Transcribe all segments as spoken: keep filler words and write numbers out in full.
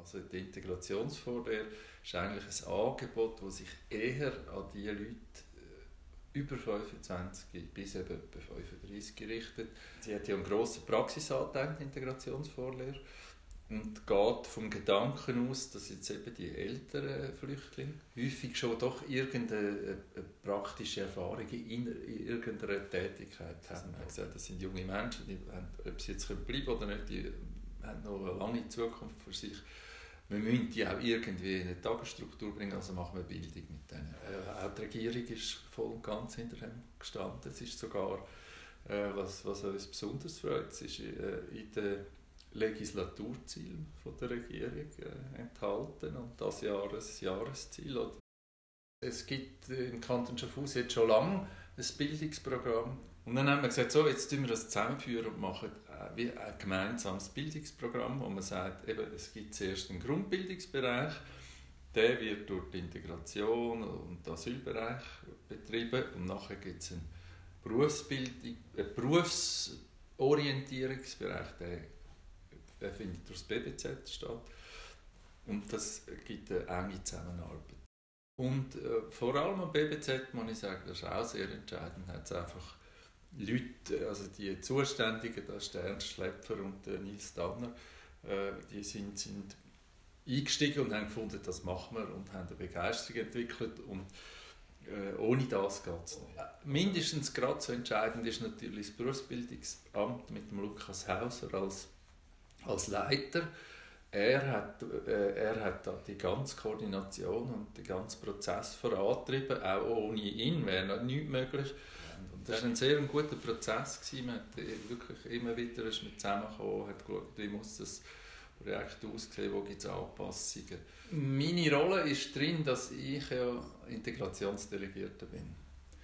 Also die Integrationsvorlehre ist eigentlich ein Angebot, das sich eher an die Leute über fünfundzwanzig bis eben etwa fünfunddreissig richtet. Sie hat ja einen grossen Praxisanteil, die Integrationsvorlehre, und geht vom Gedanken aus, dass jetzt eben die älteren Flüchtlinge häufig schon doch irgendeine praktische Erfahrung in irgendeiner Tätigkeit haben. Also das sind junge Menschen, die haben, ob sie jetzt bleiben können oder nicht, die haben noch eine lange Zukunft vor sich. Wir müssen die auch irgendwie in eine Tagesstruktur bringen, also machen wir Bildung mit denen. Äh, auch die Regierung ist voll und ganz hinter dem gestanden. Es ist sogar, äh, was, was uns besonders freut, es ist äh, in den Legislaturzielen der Regierung äh, enthalten und das Jahr ein Jahresziel. Es gibt im Kanton Schaffhausen jetzt schon lange ein Bildungsprogramm. Und dann haben wir gesagt, so, jetzt führen wir das zusammenführen und machen wie ein gemeinsames Bildungsprogramm, wo man sagt, eben, es gibt zuerst einen Grundbildungsbereich, der wird durch die Integration und den Asylbereich betrieben und nachher gibt es einen Berufsbildung, einen Berufsorientierungsbereich, der, der findet durch das B B Z statt und das gibt eine enge Zusammenarbeit. Und äh, vor allem am B B Z, muss ich sagen, das ist auch sehr entscheidend, hat es einfach Leute, also die Zuständigen, das ist der Ernst Schlepfer und der Nils Danner, äh, die sind, sind eingestiegen und haben gefunden, das machen wir und haben eine Begeisterung entwickelt und äh, ohne das geht es nicht. Mindestens gerade so entscheidend ist natürlich das Berufsbildungsamt mit dem Lukas Hauser als, als Leiter. Er hat, äh, er hat da die ganze Koordination und den ganzen Prozess vorangetrieben. Auch ohne ihn wäre noch nichts möglich. Und das war ein sehr guter Prozess. Man hat wirklich immer wieder ist mit zusammengekommen, hat geschaut, wie muss das Projekt aussehen, wo gibt es Anpassungen. Meine Rolle ist drin, dass ich ja Integrationsdelegierter bin.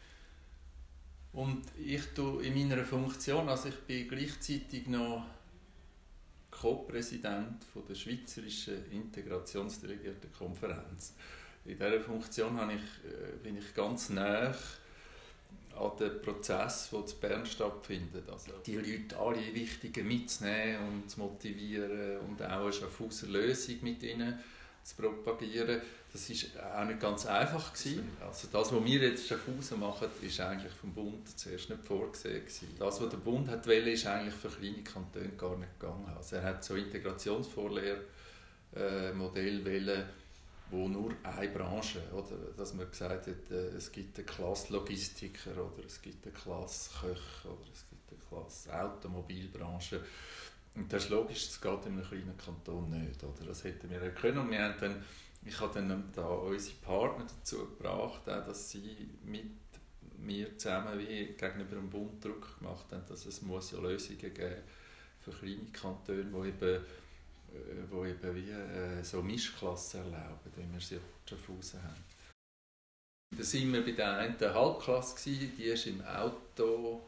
Und ich tue in meiner Funktion, also ich bin gleichzeitig noch Co-Präsident der Schweizerischen Integrationsdelegiertenkonferenz. In dieser Funktion habe ich, bin ich ganz nah an den Prozess, der in Bern stattfindet. Also die Leute alle Wichtigen mitzunehmen und zu motivieren und auch eine Schaffhauser Lösung mit ihnen zu propagieren. Das war auch nicht ganz einfach gewesen. Also das, was wir jetzt in Schaffhausen machen, ist eigentlich vom Bund zuerst nicht vorgesehen gewesen. Das, was der Bund hat wollte, ist eigentlich für kleine Kantone gar nicht gegangen. Also er hat so Integrationsvorlehrmodell wollen, wo nur eine Branche, oder, dass man gesagt hat, es gibt eine Klasse Logistiker oder es gibt eine Klasse Köche oder es gibt eine Klasse Automobilbranche. Und das ist logisch, das geht in einem kleinen Kanton nicht. Oder? Das hätten wir können. Und wir haben dann, ich habe dann da unsere Partner dazu gebracht, auch, dass sie mit mir zusammen wie gegenüber dem Bund Druck gemacht haben, dass es muss ja Lösungen geben für kleine Kantone, die eben, wo eben wie äh, so Mischklassen erlauben, wie wir sie in Schaffhausen haben. Da waren wir bei der einen Halbklasse, die ist im Auto.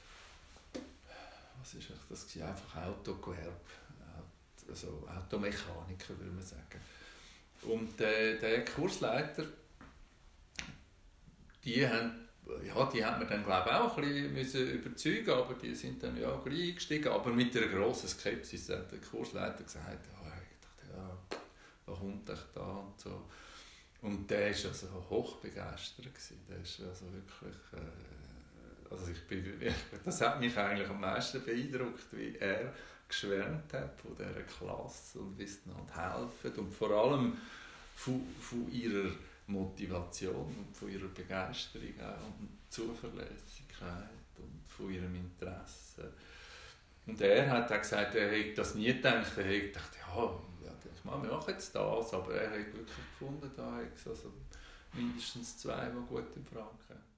Was war das? Einfach Autogewerbe, also Automechaniker, würde man sagen. Und äh, der Kursleiter, die haben, ja, die hat man dann glaube ich auch ein bisschen überzeugen, aber die sind dann ja gleich eingestiegen, aber mit einer grossen Skepsis. Hat der Kursleiter gesagt, ja, ich dachte, ja, was kommt euch da und so. Und der war also hochbegeistert. Der ist also wirklich, äh, also ich bin, das hat mich eigentlich am meisten beeindruckt, wie er geschwärmt hat von dieser Klasse und wie es halt helfen und vor allem von, von ihrer Motivation und von ihrer Begeisterung auch und Zuverlässigkeit und von ihrem Interesse. Und er hat auch gesagt, er hätte das nie gedacht. Er hätte gedacht, ja, ich mache jetzt das, aber er hat wirklich gefunden, da hat es also mindestens zwei, die gut in Frage kommen.